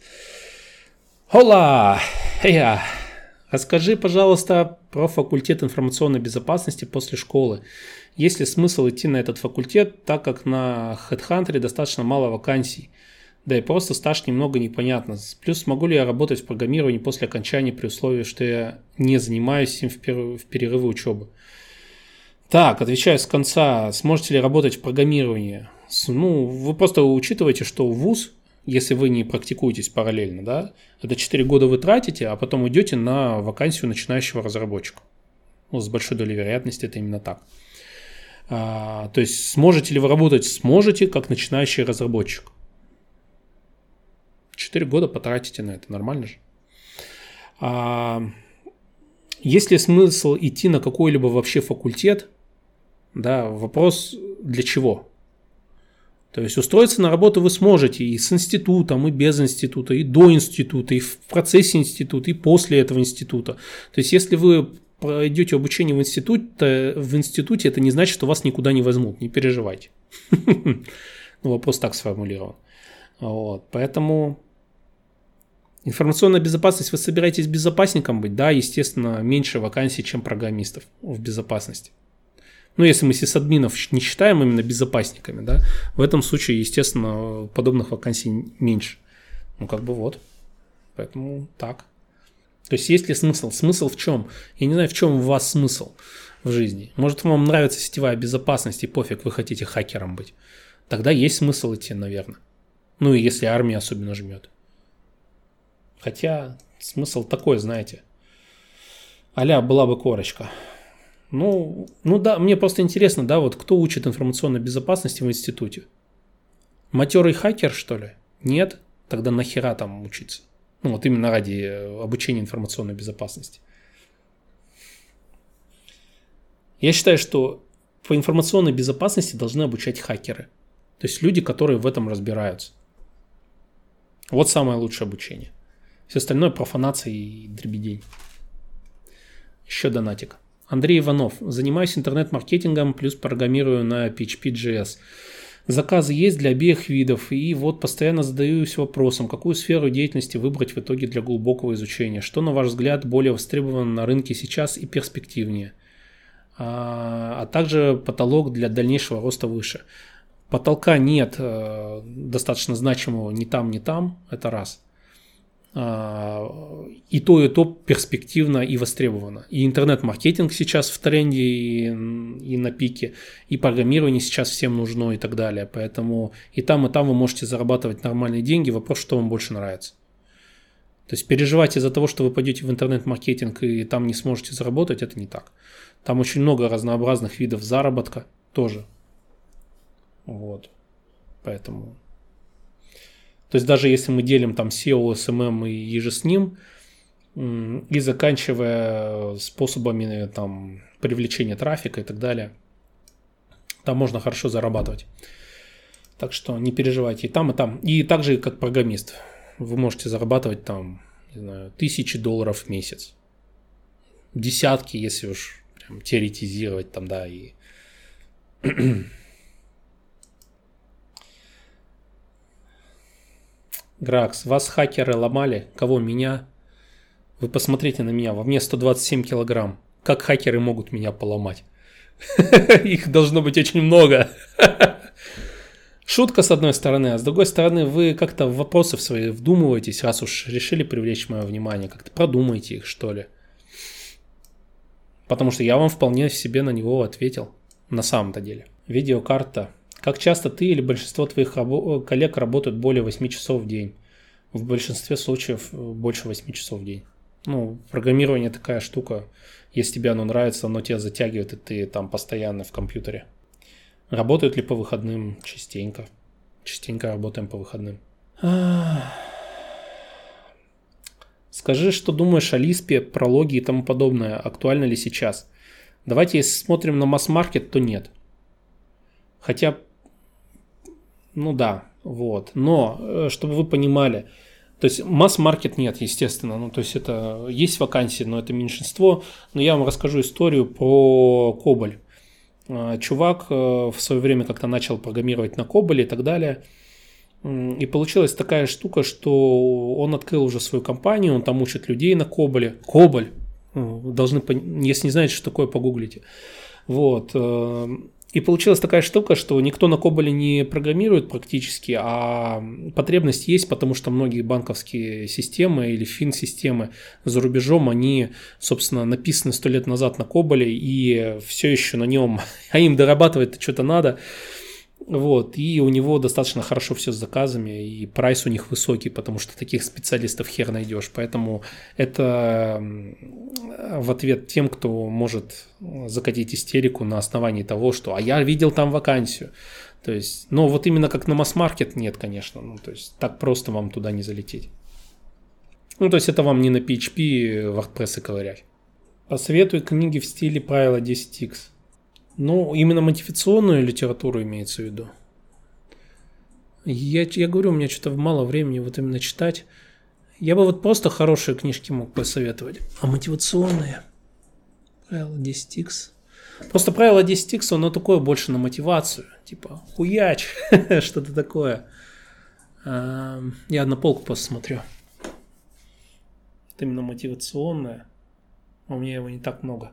Хола! Эя! Расскажи, пожалуйста, про факультет информационной безопасности после школы. Есть ли смысл идти на этот факультет, так как на HeadHunter достаточно мало вакансий? Да и просто стаж немного непонятно. Плюс смогу ли я работать в программировании после окончания при условии, что я не занимаюсь им в перерывы учебы? Так, отвечаю с конца. Сможете ли работать в программировании? Ну, вы просто учитываете, что вуз, если вы не практикуетесь параллельно, да, это четыре года вы тратите, а потом идете на вакансию начинающего разработчика. Ну, с большой долей вероятности это именно так. А, то есть, сможете ли вы работать? Сможете, как начинающий разработчик. четыре года потратите на это, нормально же. А, есть ли смысл идти на какой-либо вообще факультет? Да, вопрос для чего? То есть устроиться на работу вы сможете и с институтом, и без института, и до института, и в процессе института, и после этого института. То есть если вы пройдете обучение в институте, в институте, это не значит, что вас никуда не возьмут, не переживайте. Вопрос так сформулирован. Вот, поэтому информационная безопасность, вы собираетесь безопасником быть? Да, естественно, меньше вакансий, чем программистов в безопасности. Ну, если мы сисадминов не считаем именно безопасниками, да, в этом случае, естественно, подобных вакансий меньше. Ну, как бы вот. Поэтому так. То есть, есть ли смысл? Смысл в чем? Я не знаю, в чем у вас смысл в жизни. Может, вам нравится сетевая безопасность и пофиг, вы хотите хакером быть. Тогда есть смысл идти, наверное. Ну, и если армия особенно жмет. Хотя, смысл такой, знаете. А-ля была бы корочка. Ну, ну да, мне просто интересно, да, вот кто учит информационной безопасности в институте? Матерый хакер, что ли? Нет? Тогда нахера там учиться? Ну, вот именно ради обучения информационной безопасности. Я считаю, что по информационной безопасности должны обучать хакеры. То есть люди, которые в этом разбираются. Вот самое лучшее обучение. Все остальное профанация и дребедень. Еще донатик. Андрей Иванов. Занимаюсь интернет-маркетингом, плюс программирую на пи эйч пи точка джей эс. Заказы есть для обеих видов, и вот постоянно задаюсь вопросом, какую сферу деятельности выбрать в итоге для глубокого изучения. Что, на ваш взгляд, более востребовано на рынке сейчас и перспективнее? А, а также потолок для дальнейшего роста выше. Потолка нет э, достаточно значимого ни там, ни там. Это раз. И то, и то перспективно и востребовано. И интернет-маркетинг сейчас в тренде и, и на пике, и программирование сейчас всем нужно и так далее. Поэтому и там, и там вы можете зарабатывать нормальные деньги. Вопрос, что вам больше нравится. То есть переживать из-за того, что вы пойдете в интернет-маркетинг и там не сможете заработать, это не так. Там очень много разнообразных видов заработка тоже. Вот. Поэтому... То есть даже если мы делим там сео, эс эм эм и еже с ним, и заканчивая способами там привлечения трафика и так далее, там можно хорошо зарабатывать. Так что не переживайте и там, и там. И также как программист. Вы можете зарабатывать там, не знаю, тысячи долларов в месяц. Десятки, если уж прям теоретизировать там, да, и... Гракс, вас хакеры ломали? Кого? Меня? Вы посмотрите на меня, во мне сто двадцать семь килограмм. Как хакеры могут меня поломать? Их должно быть очень много. Шутка с одной стороны, а с другой стороны вы как-то в вопросы в свои вдумываетесь, раз уж решили привлечь мое внимание, как-то продумайте их, что ли. Потому что я вам вполне себе на него ответил, на самом-то деле. Видеокарта. Как часто ты или большинство твоих рабо- коллег работают более восьми часов в день? В большинстве случаев больше восьми часов в день. Ну, программирование такая штука. Если тебе оно нравится, оно тебя затягивает, и ты там постоянно в компьютере. Работают ли по выходным? Частенько. Частенько работаем по выходным. Скажи, что думаешь о Лиспе, прологе и тому подобное. Актуально ли сейчас? Давайте, если смотрим на масс-маркет, то нет. Хотя, ну да, вот. Но, чтобы вы понимали, то есть масс-маркет нет, естественно. Ну, то есть это есть вакансии, но это меньшинство. Но я вам расскажу историю про Коболь. Чувак в свое время как-то начал программировать на Коболе и так далее. И получилась такая штука, что он открыл уже свою компанию, он там учит людей на Коболе. Коболь! Должны, если не знаете, что такое, погуглите. Вот. И получилась такая штука, что никто на Коболе не программирует практически, а потребность есть, потому что многие банковские системы или фин-системы за рубежом, они, собственно, написаны сто лет назад на Коболе, и все еще на нем, а им дорабатывать-то что-то надо. Вот, и у него достаточно хорошо все с заказами, и прайс у них высокий, потому что таких специалистов хер найдешь. Поэтому это в ответ тем, кто может закатить истерику на основании того, что «а я видел там вакансию». То есть, ну вот именно как на масс-маркет нет, конечно. Ну, то есть так просто вам туда не залететь. Ну, то есть это вам не на пи эйч пи, WordPress и ковырять. Посоветуй книги в стиле правила десять икс. Ну, именно мотивационную литературу имеется в виду. Я, я говорю, у меня что-то мало времени вот именно читать. Я бы вот просто хорошие книжки мог посоветовать. А мотивационные? Правило десять икс. Просто правило десять икс, оно такое больше на мотивацию. Типа, хуяч, что-то такое. Я на полку просто смотрю. Это именно мотивационное. У меня его не так много.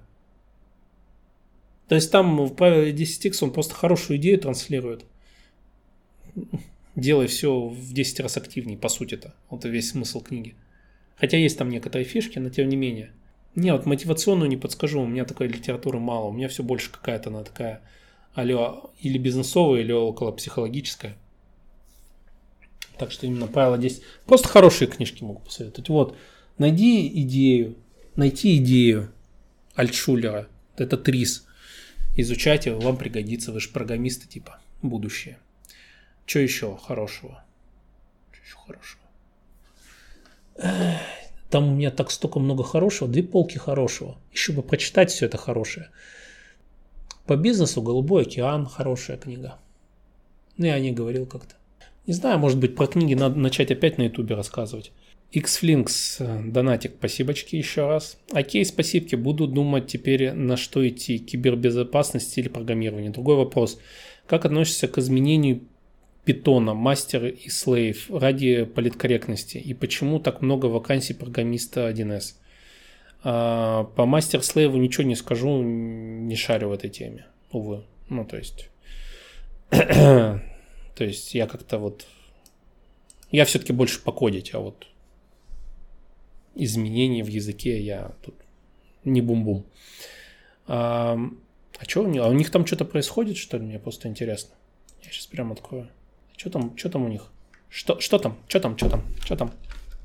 То есть там в правиле десять икс он просто хорошую идею транслирует. Делай все в десять раз активнее, по сути-то. Вот и весь смысл книги. Хотя есть там некоторые фишки, но тем не менее. Не, вот мотивационную не подскажу, у меня такой литературы мало. У меня все больше какая-то она такая алло, или бизнесовая, или около психологическая. Так что именно правило десять. Просто хорошие книжки могу посоветовать. Вот, найди идею, найти идею Альтшулера. Это ТРИС. Изучайте, вам пригодится, вы же программисты, типа, будущее. Что еще хорошего? Что еще хорошего? Там у меня так столько много хорошего, две полки хорошего. Еще бы прочитать все это хорошее. По бизнесу «Голубой океан» хорошая книга. Ну, я о ней говорил как-то. Не знаю, может быть, про книги надо начать опять на ютубе рассказывать. Xflinks, донатик, спасибочки еще раз. Окей, спасибки, буду думать теперь, на что идти, кибербезопасность или программирование. Другой вопрос. Как относишься к изменению питона, мастер и слейв ради политкорректности? И почему так много вакансий программиста один эс? А, по мастер-слейву ничего не скажу, не шарю в этой теме, увы. Ну, то есть... то есть я как-то вот... Я все-таки больше покодить, а вот... изменений в языке я тут не бум-бум. А, а что у них? А у них там что-то происходит, что ли? Мне просто интересно. Я сейчас прям открою. Что там, что там у них? Что, что там? Что там? Что там? Что там?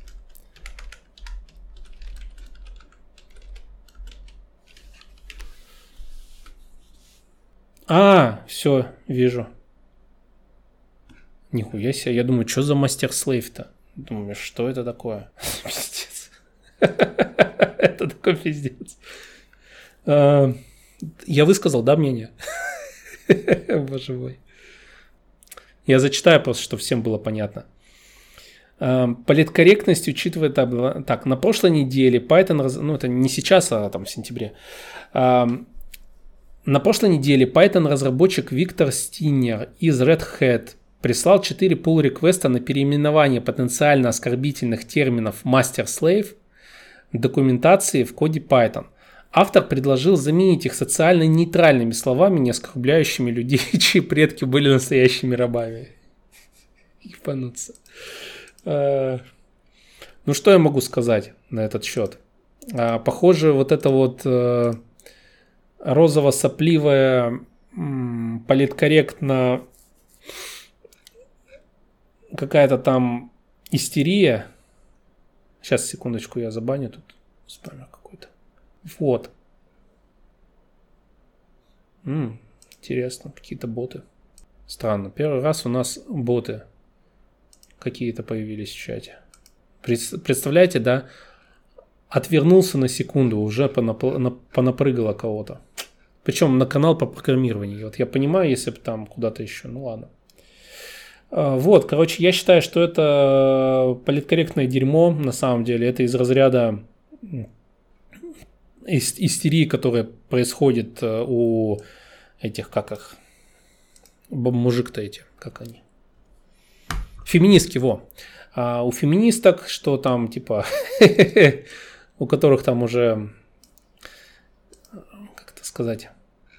А, все, вижу. Нихуя себе. Я думаю, что за мастер-слейв-то? Думаю, что это такое? Пиздец. Это такой пиздец. Я высказал, да, мнение? Боже мой. Я зачитаю просто, чтобы всем было понятно. Политкорректность учитывает... Так, на прошлой неделе Python... Ну, это не сейчас, а там в сентябре. На прошлой неделе Python-разработчик Виктор Стинер из Red Hat прислал четыре pull-реквеста на переименование потенциально оскорбительных терминов master-slave документации в коде Python. Автор предложил заменить их социально нейтральными словами, не оскорбляющими людей, чьи предки были настоящими рабами. Ебануться. Ну, что я могу сказать на этот счет? Похоже, вот это вот розово-сопливая, политкорректно какая-то там истерия. Сейчас, секундочку, я забаню тут спамер какой-то. Вот. М-м, интересно, какие-то боты. Странно. Первый раз у нас боты какие-то появились в чате. Представляете, да? Отвернулся на секунду, уже понап- понапрыгало кого-то. Причем на канал по программированию. Вот я понимаю, если бы там куда-то еще. Ну ладно. Вот, короче, я считаю, что это политкорректное дерьмо, на самом деле. Это из разряда истерии, которая происходит у этих, как их, мужик-то эти, как они? Феминистки, во. А у феминисток, что там, типа, у которых там уже, как это сказать,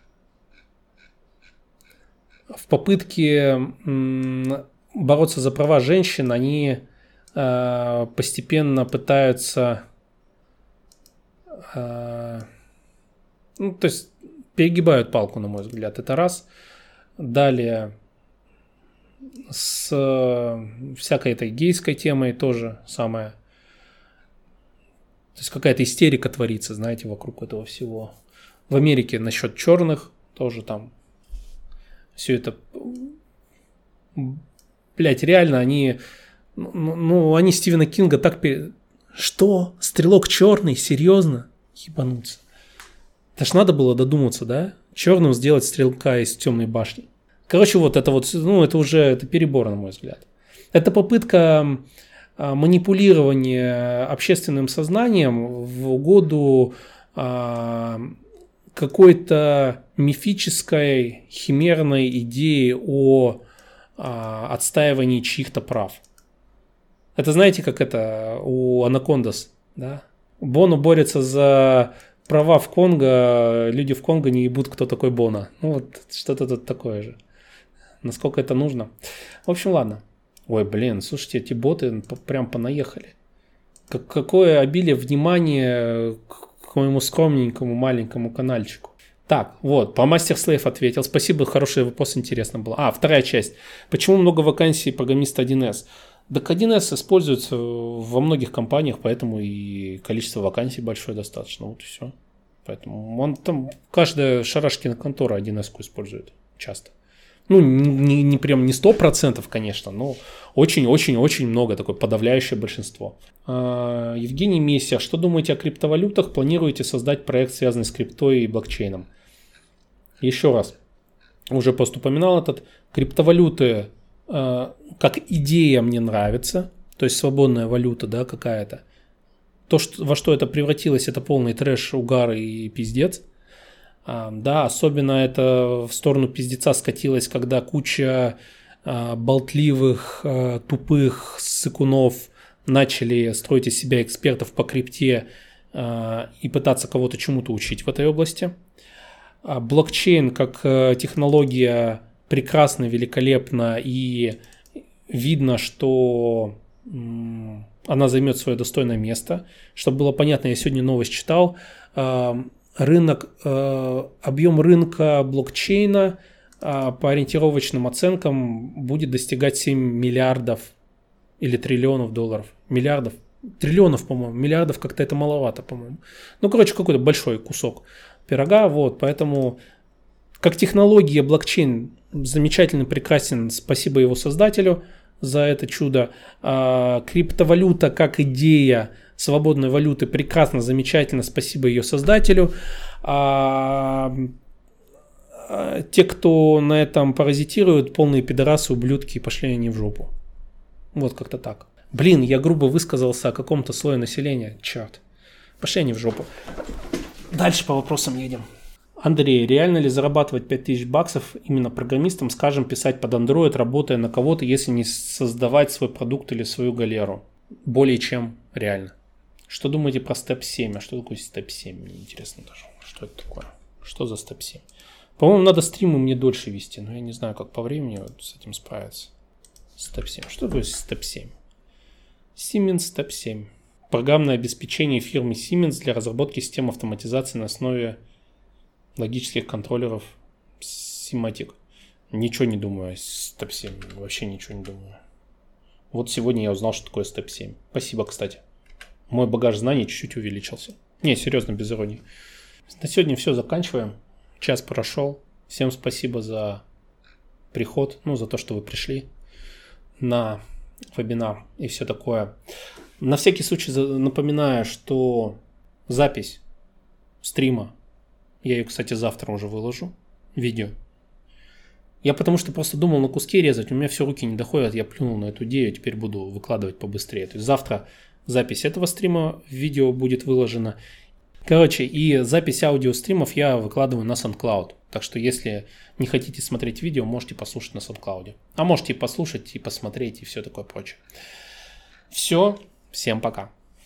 в попытке бороться за права женщин, они э, постепенно пытаются, э, ну, то есть перегибают палку, на мой взгляд, это раз. Далее с э, всякой этой гейской темой тоже самое. То есть какая-то истерика творится, знаете, вокруг этого всего. В Америке насчет черных тоже там все это, блять, реально они, ну, ну они Стивена Кинга так пере... Что? Стрелок черный? Серьезно? Ебануться. Это ж надо было додуматься, да? Черным сделать стрелка из темной башни. Короче, вот это вот, ну, это уже это перебор, на мой взгляд. Это попытка манипулирования общественным сознанием в угоду а, какой-то мифической, химерной идеи о а, отстаивании чьих-то прав. Это знаете, как это у Анакондас, да? Боно борется за права в Конго, люди в Конго не ебут, кто такой Боно. Ну, вот что-то тут такое же. Насколько это нужно. В общем, ладно. Ой, блин, слушайте, эти боты прям понаехали. Как, какое обилие внимания к моему скромненькому маленькому канальчику. Так, вот, по Master-Slave ответил. Спасибо, хороший вопрос, интересно было. А, вторая часть. Почему много вакансий программиста один эс? Так один эс используется во многих компаниях, поэтому и количество вакансий большое достаточно. Вот и все. Поэтому он там, каждая шарашкина контора один эс-ку использует часто. Ну, не, не прям не сто процентов, конечно, но очень-очень-очень много, такое подавляющее большинство. А, Евгений Мессия, что думаете о криптовалютах? Планируете создать проект, связанный с криптой и блокчейном? Еще раз, уже просто упоминал этот. Криптовалюты а, как идея мне нравится, то есть свободная валюта, да, какая-то. То, что, во что это превратилось, это полный трэш, угар и пиздец. Да, особенно это в сторону пиздеца скатилось, когда куча а, болтливых, а, тупых сыкунов начали строить из себя экспертов по крипте а, и пытаться кого-то чему-то учить в этой области. А, блокчейн как а, технология прекрасна, великолепна, и видно, что м, она займет свое достойное место. Чтобы было понятно, я сегодня новость читал. А, Рынок, э, объем рынка блокчейна э, по ориентировочным оценкам будет достигать семь миллиардов или триллионов долларов. Миллиардов, триллионов, по-моему, миллиардов как-то это маловато, по-моему. Ну, короче, какой-то большой кусок пирога, вот, поэтому как технология блокчейн замечательно, прекрасен, спасибо его создателю за это чудо. А, криптовалюта как идея свободной валюты прекрасно, замечательно, спасибо ее создателю. А, а те, кто на этом паразитируют, полные пидорасы, ублюдки, пошли они в жопу. Вот как-то так. Блин, я грубо высказался о каком-то слое населения. Черт. Пошли они в жопу. Дальше по вопросам едем. Андрей, реально ли зарабатывать пять тысяч баксов именно программистом, скажем, писать под Android, работая на кого-то, если не создавать свой продукт или свою галеру? Более чем реально. Что думаете про степ семь? А что такое степ семь? Мне интересно даже. Что это такое? Что за степ семь? По-моему, надо стримы мне дольше вести, но я не знаю, как по времени вот с этим справиться. степ семь. Что такое степ семь? Siemens степ семь. Программное обеспечение фирмы Siemens для разработки систем автоматизации на основе логических контроллеров Simatic. Ничего не думаю о степ семь. Вообще ничего не думаю. Вот сегодня я узнал, что такое степ семь. Спасибо, кстати. Мой багаж знаний чуть-чуть увеличился. Не, серьезно, без иронии. На сегодня все, заканчиваем. Час прошел. Всем спасибо за приход, ну, за то, что вы пришли на вебинар и все такое. На всякий случай напоминаю, что запись стрима, я ее, кстати, завтра уже выложу, видео. Я потому что просто думал на куски резать, у меня все руки не доходят, я плюнул на эту идею, теперь буду выкладывать побыстрее. То есть завтра запись этого стрима в видео будет выложена. Короче, и запись аудиостримов я выкладываю на SoundCloud. Так что если не хотите смотреть видео, можете послушать на SoundCloud. А можете и послушать, и посмотреть, и все такое прочее. Все, всем пока.